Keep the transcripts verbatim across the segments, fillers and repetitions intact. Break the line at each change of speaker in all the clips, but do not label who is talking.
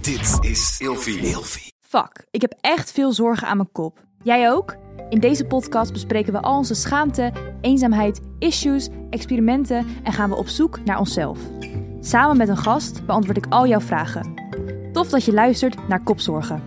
Dit is Ilfie.
Fuck, ik heb echt veel zorgen aan mijn kop. Jij ook? In deze podcast bespreken we al onze schaamte, eenzaamheid, issues, experimenten en gaan we op zoek naar onszelf. Samen met een gast beantwoord ik al jouw vragen. Tof dat je luistert naar Kopzorgen.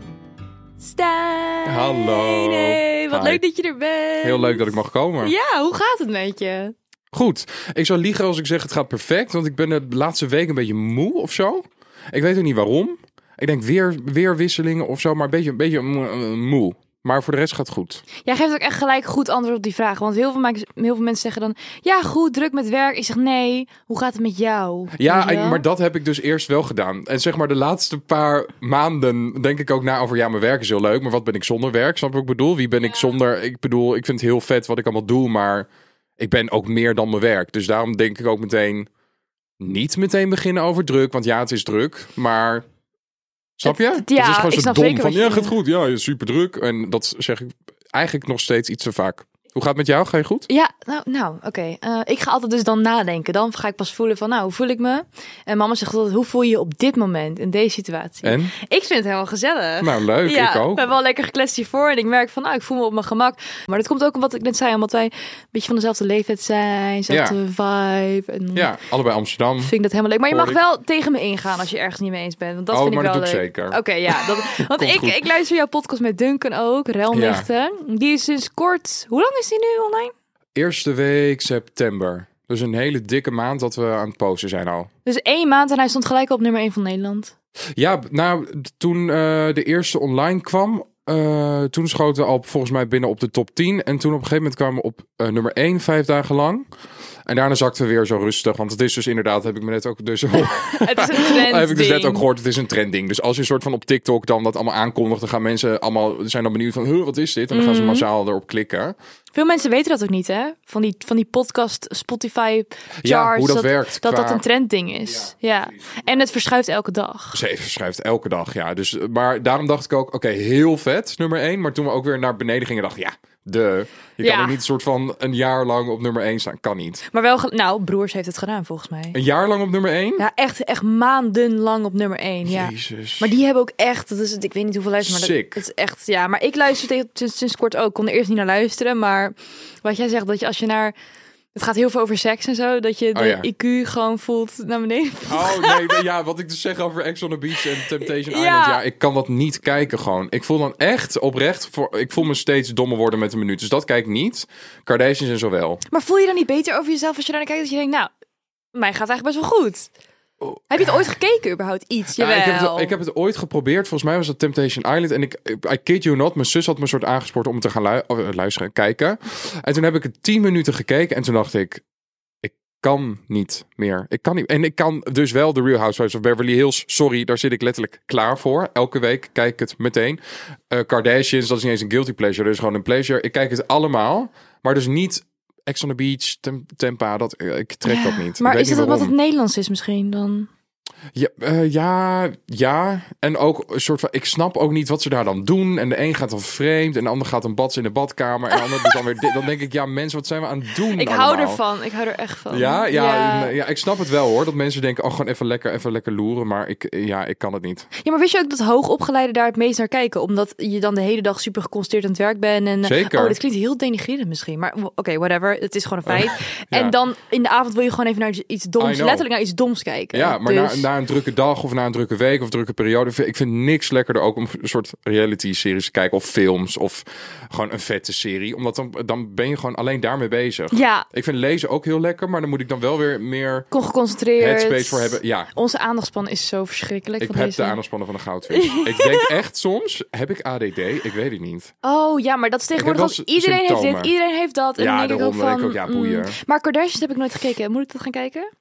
Stijn!
Hallo.
Hey, wat
Hi.
leuk dat je er bent.
Heel leuk dat ik mag komen.
Ja, hoe gaat het met je?
Goed. Ik zou liegen als ik zeg het gaat perfect, want ik ben de laatste week een beetje moe of zo. Ik weet ook niet waarom. Ik denk weer, weer wisselingen of zo, maar een beetje, een beetje mo- moe. Maar voor de rest gaat het goed.
Jij geeft ook echt gelijk goed antwoord op die vraag. Want heel veel, mensen- heel veel mensen zeggen dan... Ja, goed, druk met werk. Ik zeg nee, hoe gaat het met jou?
Ja,
Weet je wel?
maar dat heb ik dus eerst wel gedaan. En zeg maar de laatste paar maanden denk ik ook na over... Ja, mijn werk is heel leuk, maar wat ben ik zonder werk? Snap je wat ik bedoel? Wie ben ik zonder... Ik bedoel, ik vind het heel vet wat ik allemaal doe, maar... Ik ben ook meer dan mijn werk. Dus daarom denk ik ook meteen... Niet meteen beginnen over druk. Want ja, het is druk, maar... Snap je?
Het-
Het,
ja,
is gewoon
ik
zo
snap
dom
zeker
van...
wat je
Ja, gaat
bedoelt.
goed. Ja, super druk. En dat zeg ik eigenlijk nog steeds iets te vaak. Hoe gaat het met jou? Ga je goed?
Ja, nou, nou oké. Eh, ik ga altijd dus dan nadenken. Dan ga ik pas voelen van, nou, hoe voel ik me? En mama zegt altijd, hoe voel je je op dit moment, in deze situatie?
En?
Ik vind het helemaal gezellig.
Nou, leuk.
ja,
ik ook.
we hebben wel lekker gekletst hiervoor. En ik merk van, nou, ik voel me op mijn gemak. Maar dat komt ook omdat ik net zei, omdat wij een beetje van dezelfde leeftijd zijn. Dezelfde vibe. En
Ja, allebei Amsterdam.
vind ik dat helemaal leuk. Maar je mag
Hoor ik.
wel tegen me ingaan als je ergens niet mee eens bent. Want dat
Oh,
vind ik
maar
wel
dat doe ik
leuk.
zeker.
Oké, ja. Dat, want
Komt
ik,
goed.
ik luister jouw podcast met Duncan ook. Relnichten. Die is sinds kort... Hoe lang is die nu online?
Eerste week september. Dus een hele dikke maand dat we aan het posten zijn al.
Dus één maand en hij stond gelijk op nummer één van Nederland.
Ja, nou, toen eh, de eerste online kwam... eh, toen schoten we al volgens mij binnen op de top tien. En toen op een gegeven moment kwamen we op eh, nummer één vijf dagen lang. En daarna zakten we weer zo rustig. Want het is dus inderdaad, heb ik me net ook dus...
Het is een trend.
heb ik dus net ook gehoord, het is een trendding. Dus als je een soort van op TikTok dan dat allemaal aankondigt... dan gaan mensen allemaal, zijn dan benieuwd van... Huh, wat is dit? En dan gaan ze
Mhm.
massaal erop klikken.
Veel mensen weten dat ook niet, hè? Van die, van die podcast, Spotify charts.
Ja, hoe dat,
dat
werkt.
Dat
qua-
dat een trendding is. Ja. En het verschuift elke dag.
Ze verschuift elke dag, ja. Dus, maar daarom dacht ik ook, oké, heel vet, nummer één. Maar toen we ook weer naar beneden gingen, dacht ik, ja, de. Je
Ja.
kan er niet een soort van een jaar lang op nummer één staan. Kan niet.
Maar wel, ge- nou, Broers heeft het gedaan volgens mij.
Een jaar lang op nummer één?
Ja, echt, echt maandenlang op nummer één. Ja.
Jezus.
Maar die hebben ook echt, dat is, ik weet niet hoeveel luisteren, maar dat,
Sick.
het is echt, ja. Maar ik luister tegen, sinds, sinds kort ook. Ik kon er eerst niet naar luisteren, maar wat jij zegt, dat je als je naar, het gaat heel veel over seks en zo, dat je de
Oh ja.
I Q gewoon voelt naar beneden.
Oh nee, nee, ja, wat ik dus zeg over Ex on the Beach en Temptation
Ja.
Island. Ja, ik kan dat niet kijken gewoon. Ik voel dan echt oprecht, voor, ik voel me steeds dommer worden met een minuut. Dus dat kijk ik niet. Kardashians en zo wel.
Maar voel je dan niet beter over jezelf als je daar naar kijkt, dat je denkt, nou, mij gaat het eigenlijk best wel goed. Heb je het ooit gekeken überhaupt, iets?
Ja,
Jawel.
ik, heb het, ik heb het ooit geprobeerd. Volgens mij was dat Temptation Island. En ik, I kid you not, mijn zus had me soort aangespoord om te gaan lu- oh, luisteren, kijken. En toen heb ik het tien minuten gekeken. En toen dacht ik, ik kan niet meer. Ik kan niet. En ik kan dus wel The Real Housewives of Beverly Hills. Sorry, daar zit ik letterlijk klaar voor. Elke week kijk ik het meteen. Uh, Kardashians, dat is niet eens een guilty pleasure. Dat is gewoon een pleasure. Ik kijk het allemaal. Maar dus niet Ex on the Beach, Tem- Tempa. Dat, ik trek dat niet.
Maar
Ik weet
is het
niet
wat
waarom.
het Nederlands is misschien dan?
Ja, eh, ja, ja. En ook een soort van... Ik snap ook niet wat ze daar dan doen. En de een gaat dan vreemd. En de ander gaat een bad in de badkamer. En de ander doet dan weer dit. Dan denk ik, ja mensen, wat zijn we aan het doen
Ik
allemaal?
hou ervan. Ik hou er echt van.
Ja, ja,
ja.
ja. ja, ik snap het wel hoor. Dat mensen denken, oh gewoon even lekker, even lekker loeren. Maar ik, ja, ik kan het niet.
Ja, maar wist je ook dat hoogopgeleiden daar het meest naar kijken? Omdat je dan de hele dag super geconcentreerd aan het werk bent. En, eh,
Zeker.
Oh, dit klinkt heel denigrerend misschien. Maar oké, okay, whatever. Het is gewoon een feit.
Ja.
En dan in de avond wil je gewoon even naar iets
I
doms,
know.
letterlijk naar iets doms kijken.
Ja, maar
dus...
na, na een drukke dag of na een drukke week of drukke periode. Ik vind niks lekkerder ook om een soort reality series te kijken. Of films of gewoon een vette serie. Omdat dan, dan ben je gewoon alleen daarmee bezig.
Ja,
Ik vind lezen ook heel lekker. Maar dan moet ik dan wel weer meer
kon geconcentreerd.
headspace voor hebben. Ja,
Onze aandachtspan is zo verschrikkelijk.
ik
van
heb
deze...
de aandachtspannen van een goudvis. Ik denk echt soms, heb ik A D D? Ik weet het niet.
Oh ja, maar dat is tegenwoordig
wel
ook... Iedereen heeft dit,
symptomen.
iedereen heeft dat. En
Ja,
dan denk ik ook
daarom
van...
denk ik ook, ja, boeien.
mm, maar Kardashians heb ik nooit gekeken. Moet ik dat gaan kijken?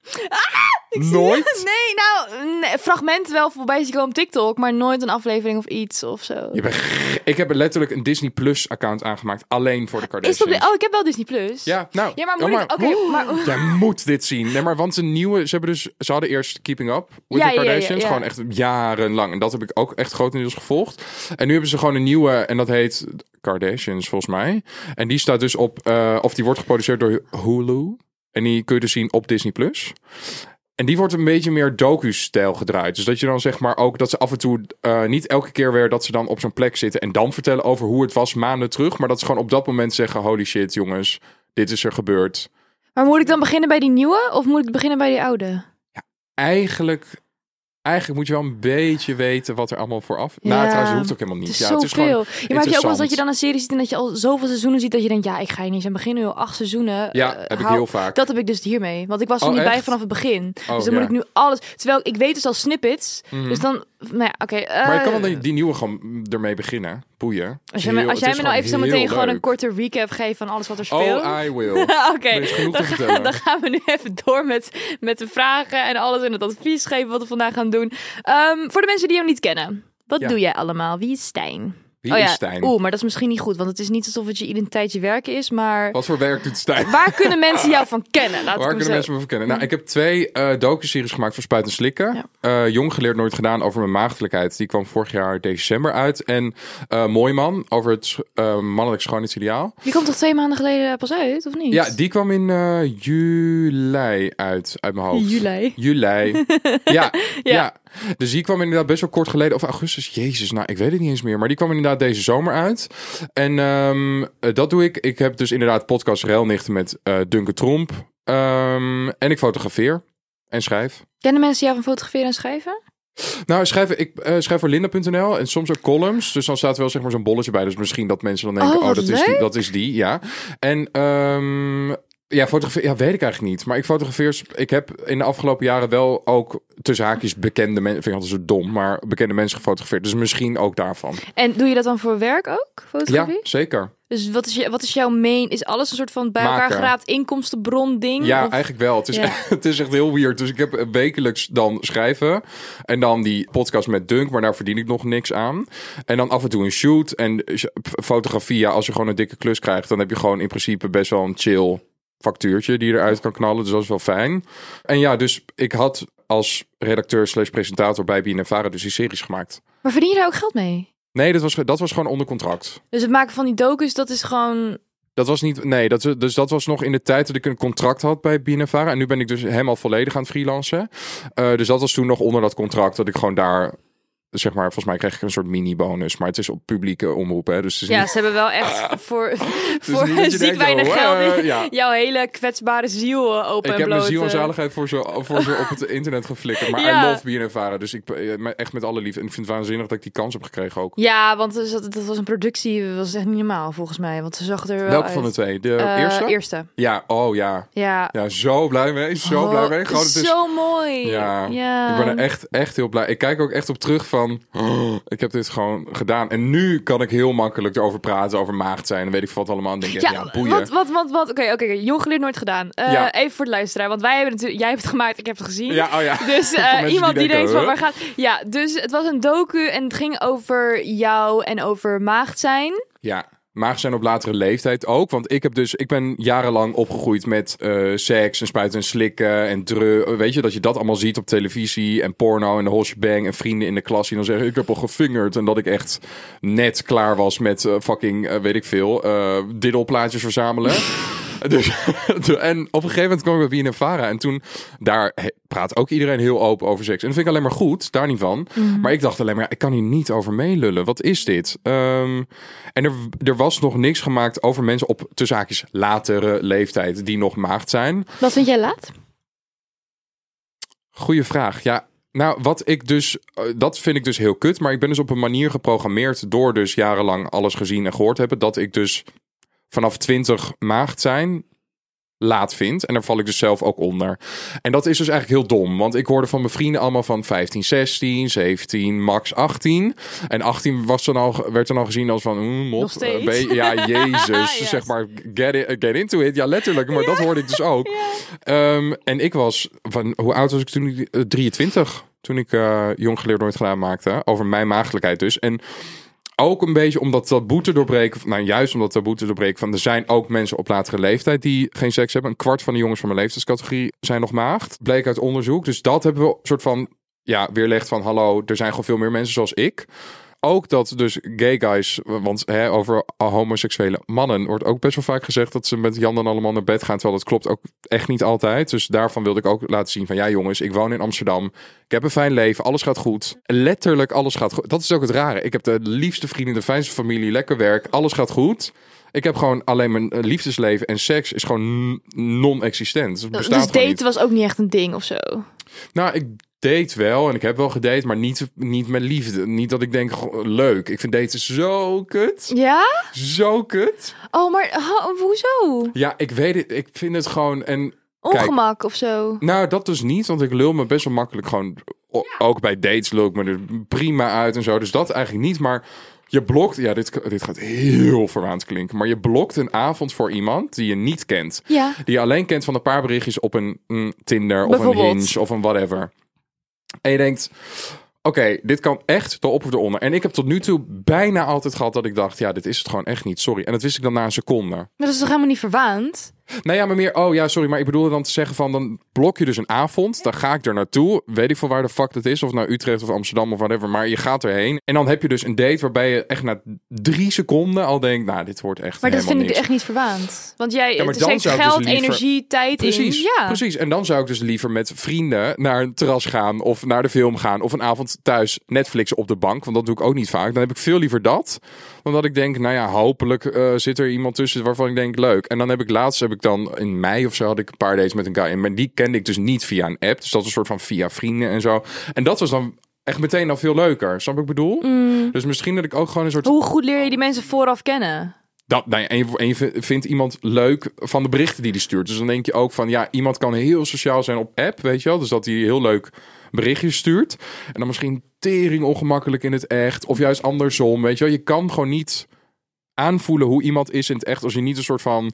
Nooit?
Nee, nou, nee, fragmenten wel voorbij zien komen op TikTok, maar nooit een aflevering of iets of zo.
Je bent g- ik heb letterlijk een Disney Plus account aangemaakt. Alleen voor de
Is
Kardashians.
dat de... Oh, ik heb wel Disney Plus.
Ja, nou.
Ja, maar
oh,
moet ik... Oké, maar...
Jij moet dit zien. Nee, maar want een nieuwe... Ze hebben dus... Ze hadden eerst Keeping Up with
Ja,
the
ja, ja,
Kardashians.
ja.
Gewoon echt jarenlang. En dat heb ik ook echt grotendeels gevolgd. En nu hebben ze gewoon een nieuwe... En dat heet Kardashians volgens mij. En die staat dus op... Uh, of die wordt geproduceerd door Hulu. En die kun je dus zien op Disney Plus. En die wordt een beetje meer docu-stijl gedraaid. Dus dat je dan zeg maar ook dat ze af en toe uh, niet elke keer weer dat ze dan op zo'n plek zitten en dan vertellen over hoe het was maanden terug. Maar dat ze gewoon op dat moment zeggen, holy shit jongens, dit is er gebeurd.
Maar moet ik dan beginnen bij die nieuwe of moet ik beginnen bij die oude?
Ja, eigenlijk... Eigenlijk moet je wel een beetje weten wat er allemaal vooraf...
Ja,
nou, trouwens, dat hoeft ook helemaal niet.
Het is
ja, het is
zoveel.
gewoon
Ja, maar heb je ook wel eens dat je dan een serie ziet en dat je al zoveel seizoenen ziet dat je denkt, ja, ik ga hier niet aan beginnen, joh, acht seizoenen.
Ja,
uh,
heb ik
hou...
heel vaak.
Dat heb ik dus hiermee. Want ik was er
oh,
niet
echt?
bij vanaf het begin.
Oh,
dus dan
ja.
moet ik nu alles... Terwijl ik weet dus al snippets.
Mm-hmm.
Dus dan... Nou ja, oké. Okay, uh...
Maar je kan wel die, die nieuwe gewoon ermee beginnen. Boeien.
Als, je me, als jij me nou even zo meteen
leuk.
gewoon een korte recap geeft van alles wat er speelt.
Oh, I will.
Oké,
okay.
dan, ga, dan gaan we nu even door met, met de vragen en alles en het advies geven wat we vandaag gaan doen. Um, voor de mensen die hem niet kennen. Wat
ja.
doe jij allemaal? Wie is Stijn?
Wie
oh,
is
ja.
Stijn?
Oeh, maar dat is misschien niet goed, want het is niet alsof het je identiteit je werken is, maar...
Wat voor werk doet Stijn?
Waar kunnen mensen jou van kennen? Laat
Waar kunnen
zo...
mensen me van kennen? Nou, ik heb twee uh, docu-series gemaakt voor Spuit en Slikken. Ja. Uh, Jong geleerd nooit gedaan over mijn maagdelijkheid. Die kwam vorig jaar december uit. En uh, Mooi man over het uh, mannelijk schoonheidsideaal.
Die komt toch twee maanden geleden pas uit, of niet?
Ja, die kwam in uh, juli uit, uit mijn hoofd.
Juli.
Juli. ja, ja.
ja.
Dus die kwam inderdaad best wel kort geleden. Of augustus, jezus, nou, ik weet het niet eens meer. Maar die kwam inderdaad deze zomer uit. En um, dat doe ik. Ik heb dus inderdaad podcast Relnichten met uh, Duncan Tromp. Um, en ik fotografeer en schrijf.
Kennen mensen jou van fotograferen en schrijven?
Nou, schrijven, ik uh, schrijf voor Linda punt n l en soms ook columns. Dus dan staat er wel zeg maar zo'n bolletje bij. Dus misschien dat mensen dan denken, oh, oh dat, is die, dat is die. Ja. En... Um, Ja, fotografeer, ja, weet ik eigenlijk niet. Maar ik fotografeer... Ik heb in de afgelopen jaren wel ook tussen haakjes bekende mensen... Vind ik altijd zo dom, maar bekende mensen gefotografeerd. Dus misschien ook daarvan.
En doe je dat dan voor werk ook, fotografie?
Ja, zeker.
Dus wat is, je, wat is jouw main... Is alles een soort van bij elkaar
Maken.
geraapt inkomstenbron ding?
Ja,
of?
eigenlijk wel. Het is,
ja.
het is echt heel weird. Dus ik heb wekelijks dan schrijven. En dan die podcast met Dunk. Maar daar verdien ik nog niks aan. En dan af en toe een shoot. En fotografie, ja, als je gewoon een dikke klus krijgt... dan heb je gewoon in principe best wel een chill... factuurtje die je eruit kan knallen. Dus dat is wel fijn. En ja, dus ik had als redacteur slash presentator bij B N N Vara dus die series gemaakt.
Maar verdien je daar ook geld mee?
Nee, dat was, dat was gewoon onder contract.
Dus het maken van die docus, dat is gewoon...
Dat was niet... Nee, dat, dus dat was nog in de tijd dat ik een contract had bij B N N Vara. En nu ben ik dus helemaal volledig aan het freelancen. Uh, dus dat was toen nog onder dat contract dat ik gewoon daar... Zeg maar, volgens mij kreeg ik een soort mini-bonus. Maar het is op publieke omroep, hè. Dus
ja,
niet...
ze hebben wel echt uh, voor, voor ziek
denkt,
weinig
oh,
geld
uh, ja.
jouw hele kwetsbare ziel open
Ik
en
heb
bloot.
mijn ziel en zaligheid voor ze, voor ze op het internet geflikkerd. Maar ja. I love B N N Vara. Dus ik echt met alle liefde. En ik vind het waanzinnig dat ik die kans heb gekregen ook.
Ja, want dat, dat was een productie. Dat was echt niet normaal, volgens mij. Want ze zag er wel
Welke
uit.
van de twee? De
uh,
eerste?
Eerste.
Ja, oh ja.
Ja,
ja zo blij mee. Zo
oh,
blij mee. Gewoon, het is
zo mooi.
Ja,
ja,
ik ben er echt, echt heel blij. Ik kijk ook echt op terug van... Oh, ik heb dit gewoon gedaan. En nu kan ik heel makkelijk erover praten, over maagd zijn. En weet ik wat allemaal. En denk ik, ja, ja, boeien.
Wat, wat, wat, wat. Oké, okay, oké. Okay. Jong geleerd nooit gedaan. Uh, ja. Even voor het luisteren. Want wij hebben natuurlijk... Jij hebt het gemaakt, ik heb het gezien.
Ja, oh ja.
Dus uh, iemand die, die denkt van,
huh?
waar gaat... Ja, dus het was een docu en het ging over jou en over maagd zijn.
Ja. Maagd zijn op latere leeftijd ook. Want ik heb dus, ik ben jarenlang opgegroeid met uh, seks en spuiten en slikken en dreu. Weet je, dat je dat allemaal ziet op televisie en porno en de whole shebang en vrienden in de klas die dan zeggen, ik heb al gefingerd. En dat ik echt net klaar was met uh, fucking, uh, weet ik veel, uh, diddelplaatjes verzamelen. Dus, en op een gegeven moment kwam ik bij B N N Vara. En toen, daar he, praat ook iedereen heel open over seks. En dat vind ik alleen maar goed, daar niet van. Mm-hmm. Maar ik dacht alleen maar, ja, ik kan hier niet over meelullen. Wat is dit? Um, en er, er was nog niks gemaakt over mensen op tussen haakjes latere leeftijd die nog maagd zijn.
Wat vind jij laat?
Goeie vraag. Ja, nou, wat ik dus, uh, dat vind ik dus heel kut. Maar ik ben dus op een manier geprogrammeerd door dus jarenlang alles gezien en gehoord hebben, dat ik dus vanaf twintig maagd zijn laat vind. En daar val ik dus zelf ook onder. En dat is dus eigenlijk heel dom. Want ik hoorde van mijn vrienden allemaal van vijftien, zestien, zeventien, max achttien. En achttien was dan al, werd dan al gezien als van... Mm, mop,
Nog steeds.
Uh, ja, jezus.
Yes.
Zeg maar, get, it, get into it. Ja, letterlijk. Maar ja. Dat hoorde ik dus ook. Ja. Um, en ik was... Van, hoe oud was ik toen? Uh, drieëntwintig. Toen ik uh, Jong geleerd nooit gedaan maakte. Over mijn maagdelijkheid dus. En ook een beetje om dat taboe te doorbreken. Nou, juist om dat taboe te doorbreken. Van er zijn ook mensen op latere leeftijd die geen seks hebben. Een kwart van de jongens van mijn leeftijdscategorie zijn nog maagd. Bleek uit onderzoek. Dus dat hebben we een soort van ja, weerlegd van hallo, er zijn gewoon veel meer mensen zoals ik. ook dat dus gay guys, want hè, over homoseksuele mannen wordt ook best wel vaak gezegd dat ze met Jan dan allemaal naar bed gaan. Terwijl dat klopt ook echt niet altijd. Dus daarvan wilde ik ook laten zien van ja jongens, ik woon in Amsterdam. Ik heb een fijn leven, alles gaat goed. Letterlijk alles gaat goed. Dat is ook het rare. Ik heb de liefste vrienden, de fijnste familie, lekker werk, alles gaat goed. Ik heb gewoon alleen mijn liefdesleven en seks is gewoon non-existent. Het bestaat
dus
gewoon
daten
niet.
was ook niet echt een ding of zo?
Nou, ik date wel en ik heb wel gedate, maar niet, niet met liefde. Niet dat ik denk, goh, leuk. Ik vind daten zo kut.
Ja?
Zo kut.
Oh, maar ho, hoezo?
Ja, ik weet het. Ik vind het gewoon... En,
Ongemak
kijk,
of zo?
nou, dat dus niet, want ik lul me best wel makkelijk gewoon... O, ook bij dates lul ik me er prima uit en zo. Dus dat eigenlijk niet, maar... Je blokt, ja, dit, dit gaat heel verwaand klinken, maar je blokt een avond voor iemand die je niet kent.
Ja.
Die je alleen kent van een paar berichtjes op een mm, Tinder of een Hinge of een whatever. En je denkt, oké, okay, dit kan echt erop of eronder. En ik heb tot nu toe bijna altijd gehad dat ik dacht, ja, dit is het gewoon echt niet, sorry. En dat wist ik dan na een seconde. Maar
dat is toch helemaal niet verwaand?
Nou ja, maar meer, oh ja, sorry, maar ik bedoelde dan te zeggen van, dan blok je dus een avond, dan ga ik er naartoe, weet ik veel waar de fuck dat is, of naar Utrecht of Amsterdam of whatever, maar je gaat erheen. En dan heb je dus een date waarbij je echt na drie seconden al denkt, nou, dit wordt echt
Maar dat vind
niks.
ik echt niet verwaand. Want jij,
Ja, maar
het
dan
steekt
zou ik
geld,
dus liever...
energie, tijd
precies,
in. Ja.
Precies, en dan zou ik dus liever met vrienden naar een terras gaan, of naar de film gaan, of een avond thuis Netflixen op de bank, want dat doe ik ook niet vaak. Dan heb ik veel liever dat, dan dat ik denk, nou ja, hopelijk uh, zit er iemand tussen waarvan ik denk, leuk. En dan heb ik laatst, heb ik dan in mei of zo had ik een paar dates met een guy. En maar die kende ik dus niet via een app. Dus dat was een soort van via vrienden en zo. En dat was dan echt meteen al veel leuker. Snap wat ik bedoel?
Mm.
Dus misschien dat ik ook gewoon een soort...
Hoe goed leer je die mensen vooraf kennen?
Dat, nou ja, en, je, en je vindt iemand leuk van de berichten die die stuurt. Dus dan denk je ook van, ja, iemand kan heel sociaal zijn op app, weet je wel. Dus dat hij heel leuk berichtjes stuurt. En dan misschien tering ongemakkelijk in het echt. Of juist andersom, weet je wel. Je kan gewoon niet aanvoelen hoe iemand is in het echt als je niet een soort van...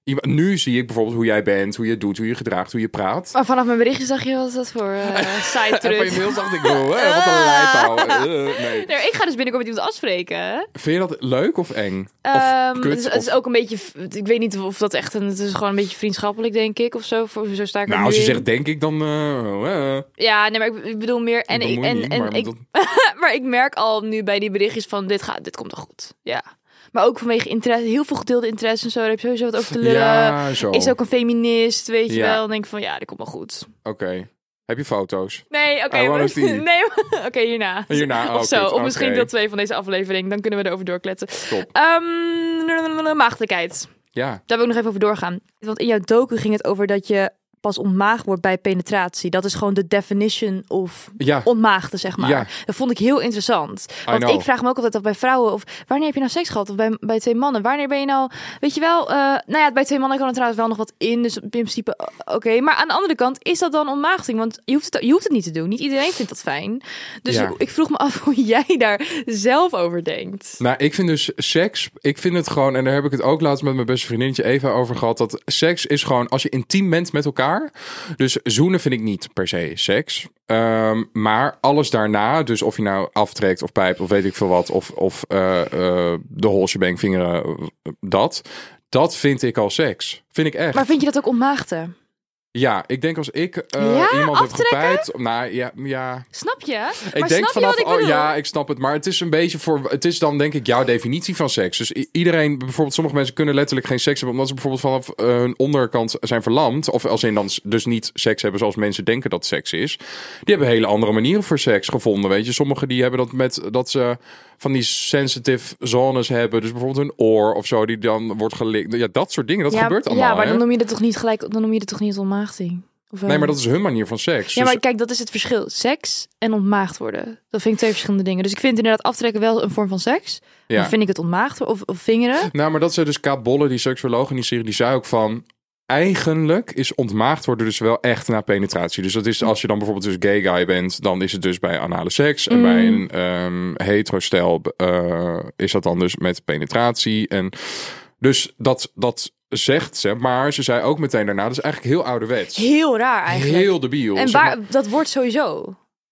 Nu zie ik bijvoorbeeld hoe jij bent, hoe je doet, hoe je gedraagt, hoe je praat.
Maar vanaf mijn berichtjes zag je, wat is dat voor uh, side
Van je mails dacht ik, oh, hè, wat een lijpauw. Uh, nee.
nee, ik ga dus binnenkort met iemand afspreken.
Vind je dat leuk of eng? Of
um,
kut,
het, is,
of...
het is ook een beetje, ik weet niet of dat echt, een, het is gewoon een beetje vriendschappelijk, denk ik, of zo. Voor, zo sta ik
nou,
er
als je
nu
zegt
in.
denk ik, dan... Uh, uh.
Ja, nee, maar ik, ik bedoel meer... En, ik, en,
niet,
en
maar,
ik,
dat...
maar ik merk al nu bij die berichtjes van, dit, gaat, dit komt toch goed. Ja. Maar ook vanwege interesse, heel veel gedeelde interesse en zo. Daar heb je sowieso wat over te lullen.
Ja, zo.
Is ook een feminist, weet je
ja.
wel. Dan denk ik van, ja, dit komt wel goed.
Oké. Okay. Heb je foto's?
Nee, oké. Okay, maar... nee, oké, okay, hierna.
Hierna,
Of
oh,
zo.
kut.
Of misschien
okay.
deel twee van deze aflevering. Dan kunnen we erover doorkletsen.
Top.
Um, maagdelijkheid.
Ja.
Daar wil ik nog even over doorgaan. Want in jouw docu ging het over dat je pas ontmaagd wordt bij penetratie. Dat is gewoon de definition of ja. ontmaagden, zeg maar. Ja. Dat vond ik heel interessant. Want ik vraag me ook altijd af bij vrouwen, of wanneer heb je nou seks gehad? Of bij, bij twee mannen? Wanneer ben je nou, weet je wel, uh, nou ja, bij twee mannen kan er trouwens wel nog wat in, dus in principe oké. Okay. Maar aan de andere kant is dat dan ontmaagding, want je hoeft het, je hoeft het niet te doen. Niet iedereen vindt dat fijn. Dus ja. ik vroeg me af hoe jij daar zelf over denkt.
Nou, ik vind dus seks, ik vind het gewoon, en daar heb ik het ook laatst met mijn beste vriendinnetje Eva over gehad, dat seks is gewoon, als je intiem bent met elkaar. Dus zoenen vind ik niet per se seks. Um, maar alles daarna, dus of je nou aftrekt of pijpt of weet ik veel wat, of, of uh, uh, de holsjebang vingeren, uh, dat, dat vind ik al seks. Vind ik echt.
Maar vind je dat ook ontmaagden?
Ja, ik denk als ik uh,
ja,
iemand
aftrekken?
heb gepijpt, nou ja, ja.
Snap je?
Ik
maar
denk
snap
vanaf,
je wat ik
oh, ja, ik snap het, maar het is een beetje voor, het is dan denk ik jouw definitie van seks. Dus i- iedereen, bijvoorbeeld sommige mensen kunnen letterlijk geen seks hebben, omdat ze bijvoorbeeld vanaf uh, hun onderkant zijn verlamd, of als in dan dus niet seks hebben zoals mensen denken dat seks is. Die hebben hele andere manieren voor seks gevonden, weet je. Sommigen die hebben dat met dat ze van die sensitive zones hebben, dus bijvoorbeeld hun oor of zo, die dan wordt gelikt. Ja, dat soort dingen, dat
ja,
gebeurt allemaal.
Ja, maar
hè?
dan noem je het toch niet gelijk, dan noem je het toch niet ontmaagding? Of,
nee, maar dat is hun manier van seks.
Ja,
dus...
maar kijk, dat is het verschil. Seks en ontmaagd worden. Dat vind ik twee verschillende dingen. Dus ik vind inderdaad aftrekken wel een vorm van seks. Ja. Maar vind ik het ontmaagd of, of vingeren?
Nou, maar dat zei dus Kaat Bolle, die seksuoloog in die serie, die zei ook van, eigenlijk is ontmaagd worden dus wel echt na penetratie. Dus dat is, als je dan bijvoorbeeld dus gay guy bent, dan is het dus bij anale seks. En mm. bij een um, hetero-stel uh, is dat dan dus met penetratie. En dus dat... dat zegt ze, maar ze zei ook meteen daarna, dat is eigenlijk heel ouderwets.
Heel raar eigenlijk.
Heel debiel.
En waar, dat wordt sowieso.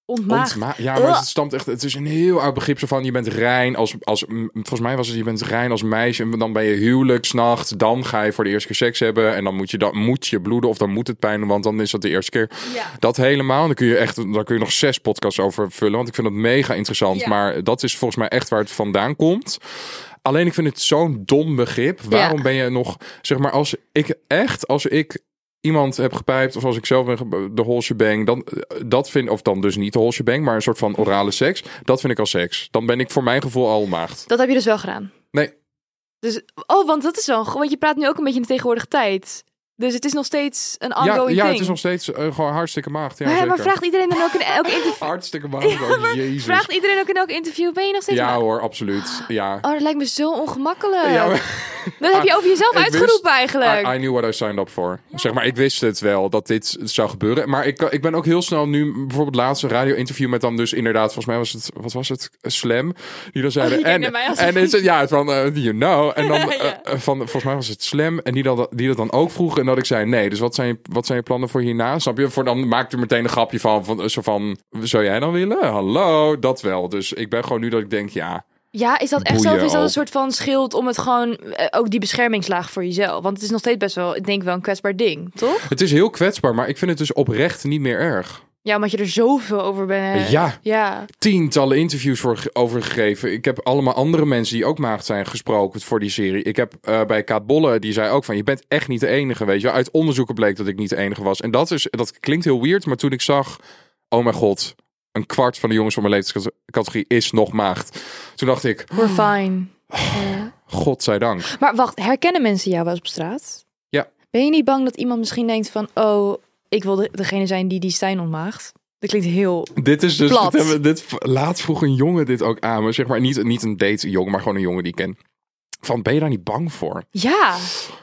Ontmaagd.
Ontma- ja, maar het stamt echt. Het is een heel oud begrip zo van je bent rein als als volgens mij was het je bent rein als meisje en dan ben je huwelijksnacht, dan ga je voor de eerste keer seks hebben en dan moet je dan moet je bloeden of dan moet het pijn doen, want dan is dat de eerste keer.
Ja.
Dat helemaal. Dan kun je echt daar kun je nog zes podcasts over vullen, want ik vind dat mega interessant.
Ja.
Maar dat is volgens mij echt waar het vandaan komt. Alleen ik vind het zo'n dom begrip. Waarom
Ja.
ben je nog zeg maar als ik echt als ik iemand heb gepijpt, of als ik zelf ben ge- de whole shebang, dan dat vind of dan dus niet de whole shebang, maar een soort van orale seks, dat vind ik al seks. Dan ben ik voor mijn gevoel al maagd.
Dat heb je dus wel gedaan.
Nee,
Dus, oh, want dat is wel, want je praat nu ook een beetje in de tegenwoordige tijd. Dus het is nog steeds een
ja,
ongoing
ja
thing.
het is nog steeds uh, gewoon hartstikke maagd. Ja,
maar,
zeker.
maar vraagt iedereen dan ook in elk interview?
Hartstikke maagd. Oh, Jezus.
Vraagt iedereen ook in elk interview? Ben je nog steeds?
Ja
maagd?
hoor, absoluut. Ja.
Oh, dat lijkt me zo ongemakkelijk.
Ja, maar-
Dat heb je over jezelf
Ik
uitgeroepen
wist-
eigenlijk.
I, I knew what I signed up for. Zeg maar, ik wist het wel dat dit zou gebeuren. Maar ik, ik ben ook heel snel nu, bijvoorbeeld laatste radio-interview met dan dus inderdaad, volgens mij was het, wat was het, Slam, die dan zeiden.
Oh, je kijkt
en
naar mij als-
en is het, ja, het van, uh, you know. En dan,
Ja.
uh, van, volgens mij was het Slam en die, dan, die dat dan ook vroeg. En dat ik zei, nee, dus wat zijn je, wat zijn je plannen voor hierna? Snap je? Voor dan maakte er meteen een grapje van, van, zo van, zou jij dan willen? Hallo, dat wel. Dus ik ben gewoon nu dat ik denk, ja.
Ja, is dat echt zo?
Boeien
Of is dat een
ook.
soort van schild om het gewoon, eh, ook die beschermingslaag voor jezelf? Want het is nog steeds best wel, ik denk wel een kwetsbaar ding, toch?
Het is heel kwetsbaar, maar ik vind het dus oprecht niet meer erg.
Ja, omdat je er zoveel over bent.
Ja.
Ja.
Tientallen interviews voor ge- over gegeven. Ik heb allemaal andere mensen die ook maagd zijn gesproken voor die serie. Ik heb uh, bij Kaat Bolle, die zei ook van, je bent echt niet de enige, weet je. Uit onderzoeken bleek dat ik niet de enige was. En dat is, dat klinkt heel weird, maar toen ik zag, oh mijn god, een kwart van de jongens van mijn leeftijdscategorie is nog maagd. Toen dacht ik,
We're fine. Ja.
godzijdank.
Maar wacht, herkennen mensen jou wel eens op straat?
Ja.
Ben je niet bang dat iemand misschien denkt van, oh, ik wil de, degene zijn die die Stijn ontmaagt? Dat klinkt heel...
Dit is dus,
Plat.
dit hebben, dit, laatst vroeg een jongen dit ook aan me. Zeg maar niet, niet een date jongen, maar gewoon een jongen die ik ken. Van, ben je daar niet bang voor?
Ja.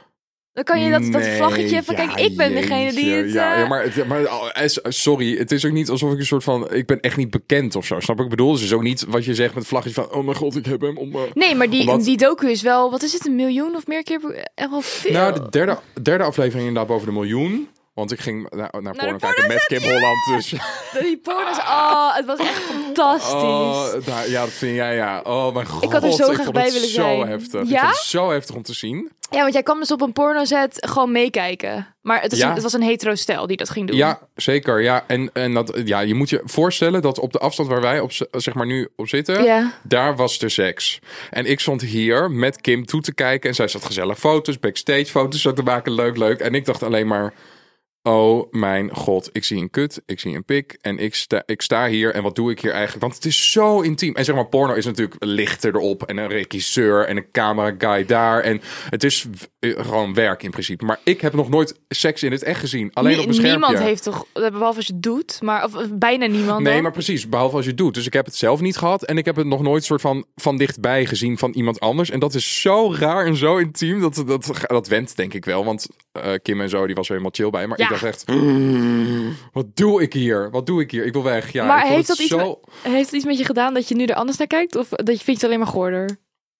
Dan kan je dat, dat
Nee,
vlaggetje van,
ja,
kijk, ik ben degene die
jeetje.
het...
Ja,
eh,
ja, maar, het- maar eh, sorry, het is ook niet alsof ik een soort van... Ik ben echt niet bekend of zo, snap ik? Ik bedoel, het is ook niet wat je zegt met vlaggetje van... Oh mijn god, ik heb hem om... eh.
Nee, maar die,
Omdat-
die docu is wel, wat is het, een miljoen of meer keer? Echt wel veel.
Nou, de derde, derde aflevering inderdaad boven de miljoen. Want ik ging naar, naar porno
de
kijken met Kim Holland. Dus
Die porno's, oh, het was echt fantastisch.
oh, daar, ja, dat vind jij, ja. Oh mijn god.
Ik had er zo graag
vond
bij
het
willen
zo
zijn.
heftig.
Ja?
Ik vond het zo heftig om te zien.
Ja, want jij kwam dus op een pornozet gewoon meekijken. Maar het, is
Ja.
een, het was een hetero stel die dat ging doen.
Ja, zeker. Ja, en, en dat, ja, je moet je voorstellen dat op de afstand waar wij op, z- zeg maar nu op zitten,
Ja.
daar was de seks. En ik stond hier met Kim toe te kijken en zij zat gezellig foto's, backstage foto's zo te maken, leuk, leuk. En ik dacht alleen maar, oh mijn god, ik zie een kut, ik zie een pik en ik sta, ik sta hier en wat doe ik hier eigenlijk? Want het is zo intiem. En zeg maar, porno is natuurlijk lichter erop en een regisseur en een camera guy daar. En het is w- gewoon werk in principe. Maar ik heb nog nooit seks in het echt gezien. Alleen
Nie-
op een schermpje.
Niemand heeft toch, behalve als je het doet, maar of, of bijna niemand.
Nee,
dan.
maar precies. Behalve als je het doet. Dus ik heb het zelf niet gehad. En ik heb het nog nooit soort van, van dichtbij gezien van iemand anders. En dat is zo raar en zo intiem. Dat, dat, dat went denk ik wel. Want uh, Kim en zo, die was er helemaal chill bij. Maar
Ja.
ik dacht echt, wat doe ik hier? Wat doe ik hier? Ik wil weg. Ja,
Maar
ik vond
heeft
het
dat iets
zo...
Heeft het iets met je gedaan dat je nu er anders naar kijkt? Of dat je vindt het alleen maar goorder?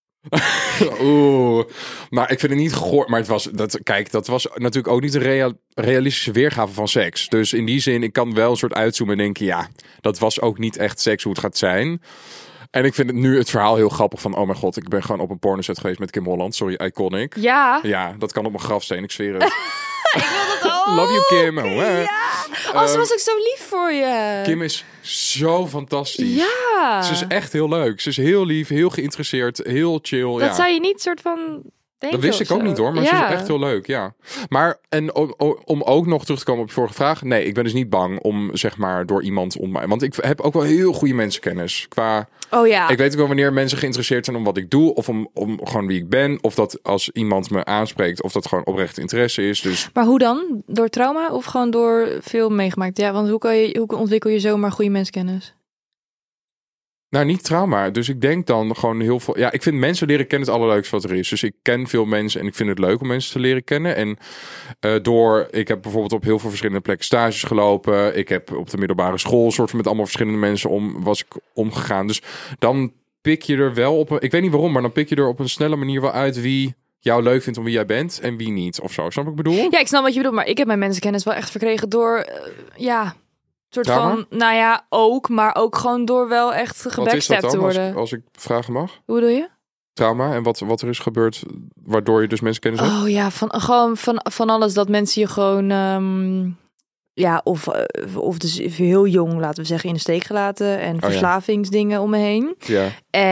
Oeh. Maar ik vind het niet goor. Maar het was, dat, kijk, dat was natuurlijk ook niet een rea- realistische weergave van seks. Dus in die zin, ik kan wel een soort uitzoomen en denken, ja, dat was ook niet echt seks hoe het gaat zijn. En ik vind het nu het verhaal heel grappig van, oh mijn god, ik ben gewoon op een pornoset geweest met Kim Holland. Sorry, iconic.
Ja.
Ja, dat kan op mijn grafsteen, ik zweer het.
Ik wil dat ook.
Love you, Kim. Oh, hè.
Ja. Oh, ze
Ehm,
was ook zo lief voor je.
Kim is zo fantastisch.
Ja.
Ze is echt heel leuk. Ze is heel lief, heel geïnteresseerd, heel chill.
Dat
ja.
zou je niet soort van denken.
Dat wist
of
ik ook
zo.
niet hoor, maar
ja.
ze is echt heel leuk, ja. Maar, en om, om ook nog terug te komen op je vorige vraag. Nee, ik ben dus niet bang om, zeg maar, door iemand ontmoet. Want ik heb ook wel heel goede mensenkennis. Qua,
Oh ja.
ik weet ook wel wanneer mensen geïnteresseerd zijn om wat ik doe. Of om, om gewoon wie ik ben. Of dat als iemand me aanspreekt, of dat gewoon oprecht interesse is. Dus
Maar hoe dan? Door trauma of gewoon door veel meegemaakt? Ja, want hoe, kan je, hoe ontwikkel je zomaar goede mensenkennis?
nou, niet trauma. Dus ik denk dan gewoon heel veel... Ja, ik vind mensen leren kennen het allerleukste wat er is. Dus ik ken veel mensen en ik vind het leuk om mensen te leren kennen. En uh, door... Ik heb bijvoorbeeld op heel veel verschillende plekken stages gelopen. Ik heb op de middelbare school soort van met allemaal verschillende mensen om was ik omgegaan. Dus dan pik je er wel op... Een, ik weet niet waarom, maar dan pik je er op een snelle manier wel uit wie jou leuk vindt om wie jij bent en wie niet. Of zo. Snap wat ik bedoel?
Ja, ik snap wat je bedoelt, maar ik heb mijn mensenkennis wel echt verkregen door... uh, ja... soort
Trauma?
van, nou ja, ook, maar ook gewoon door wel echt gebackstabbed te worden.
Als, als ik vragen mag?
Hoe bedoel je?
Trauma en wat, wat er is gebeurd waardoor je dus mensenkennis hebt?
Oh ja, van, gewoon van, van alles dat mensen je gewoon, um, ja, of, uh, of dus heel jong, laten we zeggen, in de steek gelaten en verslavingsdingen om me heen.
Ja.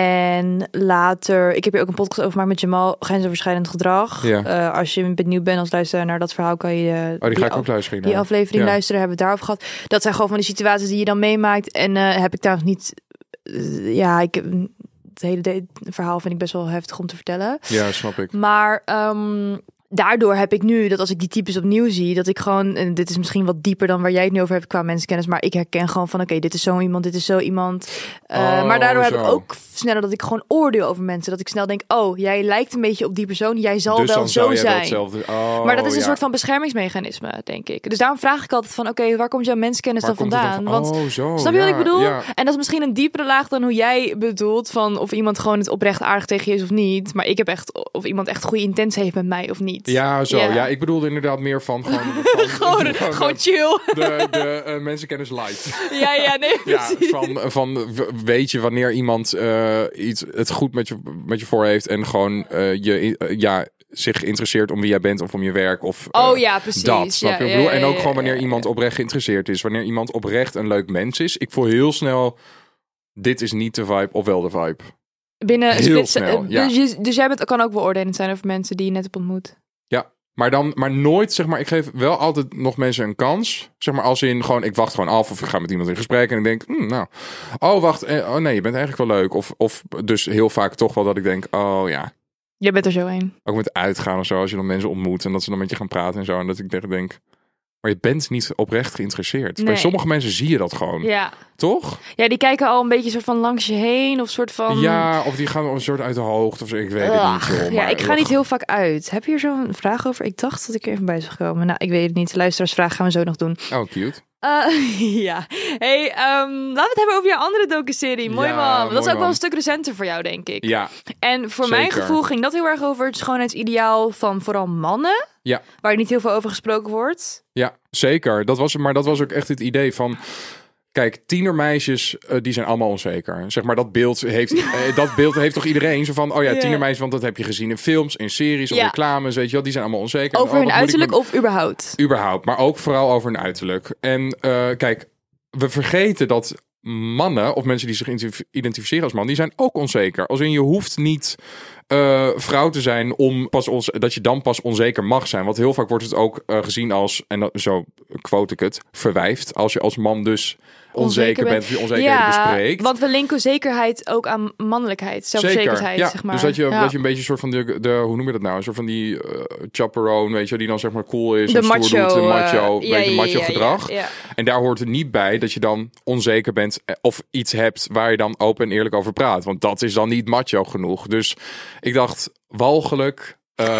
En later, ik heb hier ook een podcast over gemaakt met Jamal, grensoverschrijdend gedrag.
Ja.
Uh, als je benieuwd bent als luisteraar naar dat verhaal, kan je uh,
Oh, die ga ik ook luisteren.
die aflevering
ja.
luisteren, hebben we het daarover gehad. Dat zijn gewoon van die situaties die je dan meemaakt. En uh, heb ik trouwens niet, uh, ja, ik het hele de- verhaal vind ik best wel heftig om te vertellen.
Ja, snap ik.
Maar um, daardoor heb ik nu, dat als ik die types opnieuw zie, dat ik gewoon, en dit is misschien wat dieper dan waar jij het nu over hebt qua mensenkennis, maar ik herken gewoon van, oké, okay, dit is zo iemand, dit is zo iemand. Uh,
oh,
maar daardoor
zo.
heb ik ook sneller dat ik gewoon oordeel over mensen. Dat ik snel denk, oh, jij lijkt een beetje op die persoon, jij zal
dus
wel
dan
zo
zou jij
zijn.
wel hetzelfde... oh,
maar dat is een
ja.
soort van beschermingsmechanisme, denk ik. Dus daarom vraag ik altijd van, oké, okay, waar komt jouw mensenkennis
Waar
dan
komt het
vandaan?
dan van?
Want
oh, zo,
snap je
ja,
wat ik bedoel?
Ja.
En dat is misschien een diepere laag dan hoe jij bedoelt, van of iemand gewoon het oprecht aardig tegen je is of niet. Maar ik heb echt, of iemand echt goede intentie heeft met mij of niet.
Ja, zo.
Ja.
Ja, ik bedoelde inderdaad meer van... Gewoon, van,
gewoon,
van,
gewoon chill.
De, de uh, mensenkennis light.
Ja, ja, nee,
Ja,
precies.
van, van weet je wanneer iemand uh, iets het goed met je, met je voor heeft en gewoon uh, je uh, ja, zich geïnteresseerd om wie jij bent of om je werk of uh,
oh ja, precies.
dat, snap je
ja,
wat ik bedoel?
ja, ja,
En ook
ja,
gewoon wanneer
ja,
iemand
ja.
oprecht geïnteresseerd is, wanneer iemand oprecht een leuk mens is. Ik voel heel snel, dit is niet de vibe of wel de vibe.
Binnen
heel
split,
snel, ja.
dus, je, dus jij bent, kan ook beoordelend zijn over mensen die je net hebt ontmoet.
Ja. Maar dan, maar nooit, zeg maar, ik geef wel altijd nog mensen een kans. Zeg maar, als in gewoon, ik wacht gewoon af of ik ga met iemand in gesprek en ik denk, hm, nou, oh wacht, eh, oh nee, je bent eigenlijk wel leuk. Of, of dus heel vaak toch wel dat ik denk, oh ja.
Jij bent er zo een.
Ook met uitgaan of zo, als je dan mensen ontmoet en dat ze dan met je gaan praten en zo. En dat ik tegen denk, maar je bent niet oprecht geïnteresseerd.
Nee.
Bij sommige mensen zie je dat gewoon,
Ja.
toch?
Ja, die kijken al een beetje soort van langs je heen of soort van.
Ja, of die gaan wel een soort uit de hoogte of zo, ik weet het
Ugh,
niet. Joh,
ja,
maar,
ik ga niet heel vaak uit. Heb je hier zo'n vraag over? Ik dacht dat ik er even bij zou komen. Nou, ik weet het niet. De luisteraarsvraag gaan we zo nog doen.
Oh, cute.
Uh, ja. Hey, um, laten we het hebben over jouw andere docu-serie. Mooi
Ja,
man. Dat
mooi
is ook wel
man.
een stuk recenter voor jou, denk ik.
Ja.
En voor
Zeker.
mijn gevoel ging dat heel erg over het schoonheidsideaal van vooral mannen.
Ja.
Waar niet heel veel over gesproken wordt.
Ja, zeker. Dat was, maar dat was ook echt het idee van... Kijk, tienermeisjes, uh, die zijn allemaal onzeker. Zeg maar, dat beeld heeft, uh, dat beeld heeft toch iedereen? Zo van, oh ja,
Ja.
tienermeisjes, want dat heb je gezien in films, in series, of
Ja.
reclames, weet je wel. Die zijn allemaal onzeker.
Over
En, oh,
hun
wat moet ik
uiterlijk
met-
of überhaupt?
Überhaupt, maar ook vooral over hun uiterlijk. En uh, kijk, we vergeten dat mannen, of mensen die zich identif- identificeren als man, die zijn ook onzeker. Als in, je hoeft niet uh, vrouw te zijn om pas ons, dat je dan pas onzeker mag zijn. Want heel vaak wordt het ook uh, gezien als, en dat, zo quote ik het, verwijfd. Als je als man dus onzeker bent, of je onzekerheden bespreekt.
Want we linken zekerheid ook aan mannelijkheid, zelfverzekerdheid,
ja.
zeg maar.
Dus dat je,
ja.
dat je een beetje een soort van de, de, hoe noem je dat nou? Een soort van die uh, chaperone, weet je, die dan zeg maar cool is,
de
en stoer
macho,
doet, de macho,
uh,
weet
ja,
je,
ja,
macho
ja,
gedrag.
Ja, ja.
En daar hoort het niet bij dat je dan onzeker bent of iets hebt waar je dan open en eerlijk over praat. Want dat is dan niet macho genoeg. Dus ik dacht, walgelijk.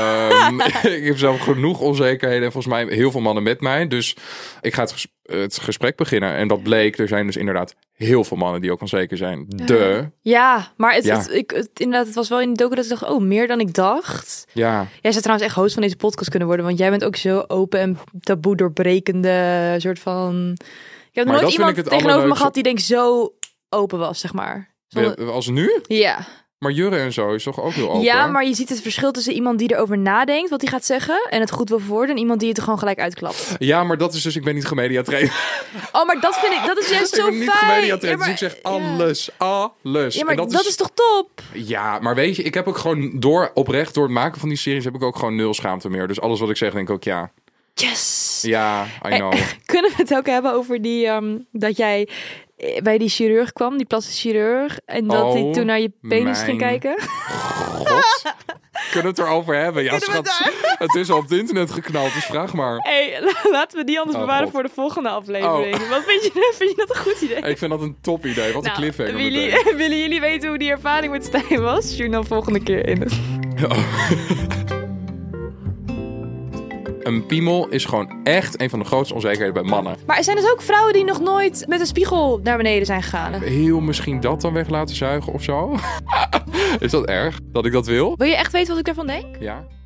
Um, ik heb zelf genoeg onzekerheden en volgens mij heel veel mannen met mij. Dus ik ga het, ges- het gesprek beginnen. En dat bleek, er zijn dus inderdaad heel veel mannen die ook onzeker zijn. De.
Ja, maar het,
Ja.
Het, ik, het, inderdaad, het was wel in de docu dat ik dacht, oh, meer dan ik dacht.
Ja,
Jij zou trouwens echt host van deze podcast kunnen worden, want jij bent ook zo open en taboe doorbrekende soort van... Ik heb
Maar
nooit
dat vind
iemand
ik het
tegenover me
allerleukste.
gehad die denk ik zo open was, zeg maar. Zonder-
als nu.
Ja.
Maar Jurre en zo is toch ook heel open?
Ja, maar je ziet het verschil tussen iemand die erover nadenkt wat hij gaat zeggen en het goed wil verwoorden en iemand die het er gewoon gelijk uitklapt.
Ja, maar dat is dus, ik ben niet gemediatraind.
Oh, maar dat vind ik, dat is juist
Ik
zo
ben niet
fijn.
gemediatraind,
Ja,
dus
maar-
ik zeg alles, alles.
Ja, maar
En
dat, is... toch top?
Ja, maar weet je, ik heb ook gewoon door, oprecht, door het maken van die series heb ik ook gewoon nul schaamte meer. Dus alles wat ik zeg, denk ik ook ja.
Yes.
Ja, I know.
Kunnen we het ook hebben over die, um, dat jij bij die chirurg kwam, die plastisch chirurg, en dat
Oh,
hij toen naar je penis
mijn
ging kijken?
God. Kunnen we het erover hebben? Ja,
Kunnen we
schat. Het is al op het internet geknald, dus vraag maar.
Hey, laten we die anders
Oh,
bewaren
God.
voor de volgende aflevering.
Oh.
Wat vind je, vind je dat een goed idee?
Ik vind dat een top idee. Wat een
Nou,
cliffhanger
willen,
meteen.
jullie- willen jullie weten hoe die ervaring met Stijn was? Stuur dan volgende keer in.
Een piemel is gewoon echt een van de grootste onzekerheden bij mannen.
Maar er zijn dus ook vrouwen die nog nooit met een spiegel naar beneden zijn gegaan.
Heel misschien dat dan weg laten zuigen of zo. Is dat erg? Dat ik dat wil?
Wil je echt weten wat ik ervan denk?
Ja.